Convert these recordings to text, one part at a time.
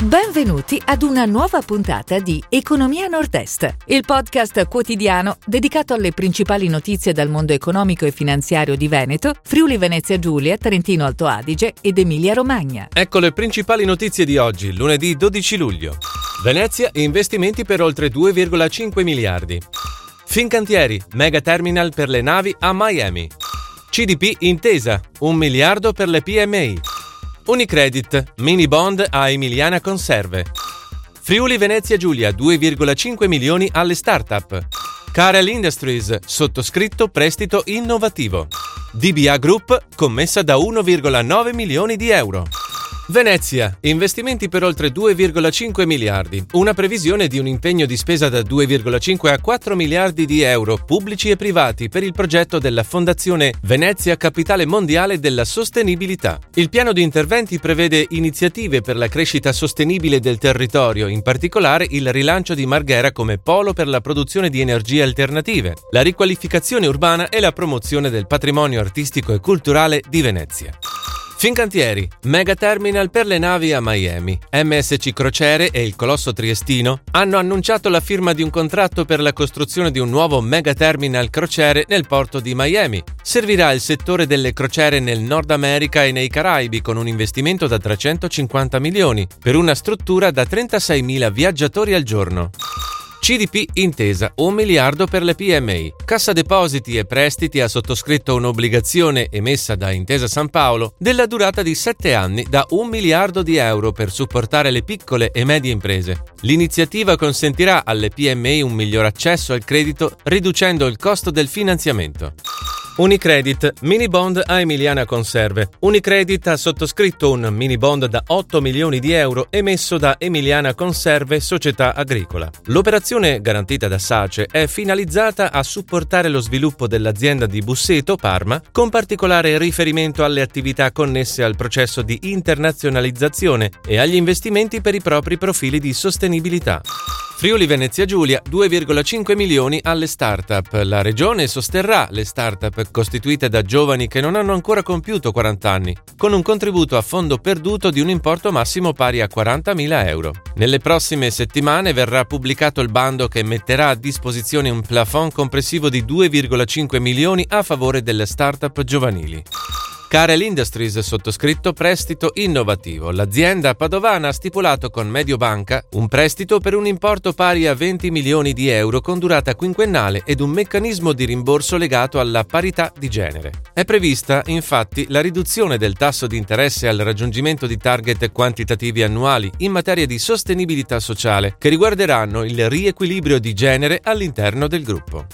Benvenuti ad una nuova puntata di Economia Nord-Est, il podcast quotidiano dedicato alle principali notizie dal mondo economico e finanziario di Veneto, Friuli Venezia Giulia, Trentino Alto Adige ed Emilia Romagna. Ecco le principali notizie di oggi, lunedì 12 luglio. Venezia, investimenti per oltre 2,5 miliardi. Fincantieri, mega terminal per le navi a Miami. CDP Intesa, 1 miliardo per le PMI. Unicredit, mini bond a Emiliana Conserve. Friuli Venezia Giulia, 2,5 milioni alle start-up. Carel Industries, sottoscritto prestito innovativo. DBA Group, commessa da 1,9 milioni di euro. Venezia, investimenti per oltre 2,5 miliardi, una previsione di un impegno di spesa da 2,5 a 4 miliardi di euro pubblici e privati per il progetto della Fondazione Venezia Capitale Mondiale della Sostenibilità. Il piano di interventi prevede iniziative per la crescita sostenibile del territorio, in particolare il rilancio di Marghera come polo per la produzione di energie alternative, la riqualificazione urbana e la promozione del patrimonio artistico e culturale di Venezia. Fincantieri, mega terminal per le navi a Miami. MSC Crociere e il colosso triestino hanno annunciato la firma di un contratto per la costruzione di un nuovo mega terminal crociere nel porto di Miami. Servirà il settore delle crociere nel Nord America e nei Caraibi con un investimento da 350 milioni per una struttura da 36.000 viaggiatori al giorno. CDP Intesa, 1 miliardo per le PMI. Cassa Depositi e Prestiti ha sottoscritto un'obbligazione emessa da Intesa San Paolo della durata di 7 anni da 1 miliardo di euro per supportare le piccole e medie imprese. L'iniziativa consentirà alle PMI un miglior accesso al credito riducendo il costo del finanziamento. Unicredit, mini bond a Emiliana Conserve. Unicredit ha sottoscritto un mini bond da 8 milioni di euro emesso da Emiliana Conserve Società Agricola. L'operazione, garantita da SACE, è finalizzata a supportare lo sviluppo dell'azienda di Busseto, Parma, con particolare riferimento alle attività connesse al processo di internazionalizzazione e agli investimenti per i propri profili di sostenibilità. Friuli Venezia Giulia, 2,5 milioni alle start-up. La regione sosterrà le start-up costituite da giovani che non hanno ancora compiuto 40 anni, con un contributo a fondo perduto di un importo massimo pari a 40.000 euro. Nelle prossime settimane verrà pubblicato il bando che metterà a disposizione un plafond complessivo di 2,5 milioni a favore delle start-up giovanili. Carel Industries sottoscritto prestito innovativo. L'azienda padovana ha stipulato con Mediobanca un prestito per un importo pari a 20 milioni di euro con durata quinquennale ed un meccanismo di rimborso legato alla parità di genere. È prevista, infatti, la riduzione del tasso di interesse al raggiungimento di target quantitativi annuali in materia di sostenibilità sociale che riguarderanno il riequilibrio di genere all'interno del gruppo.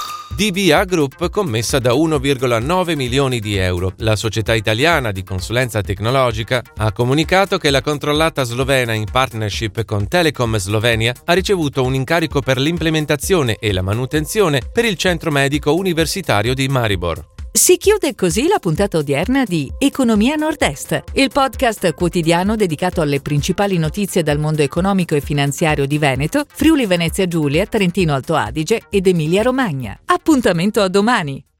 DBA Group commessa da 1,9 milioni di euro. La società italiana di consulenza tecnologica ha comunicato che la controllata slovena in partnership con Telecom Slovenia ha ricevuto un incarico per l'implementazione e la manutenzione per il centro medico universitario di Maribor. Si chiude così la puntata odierna di Economia Nord-Est, il podcast quotidiano dedicato alle principali notizie dal mondo economico e finanziario di Veneto, Friuli Venezia Giulia, Trentino Alto Adige ed Emilia Romagna. Appuntamento a domani!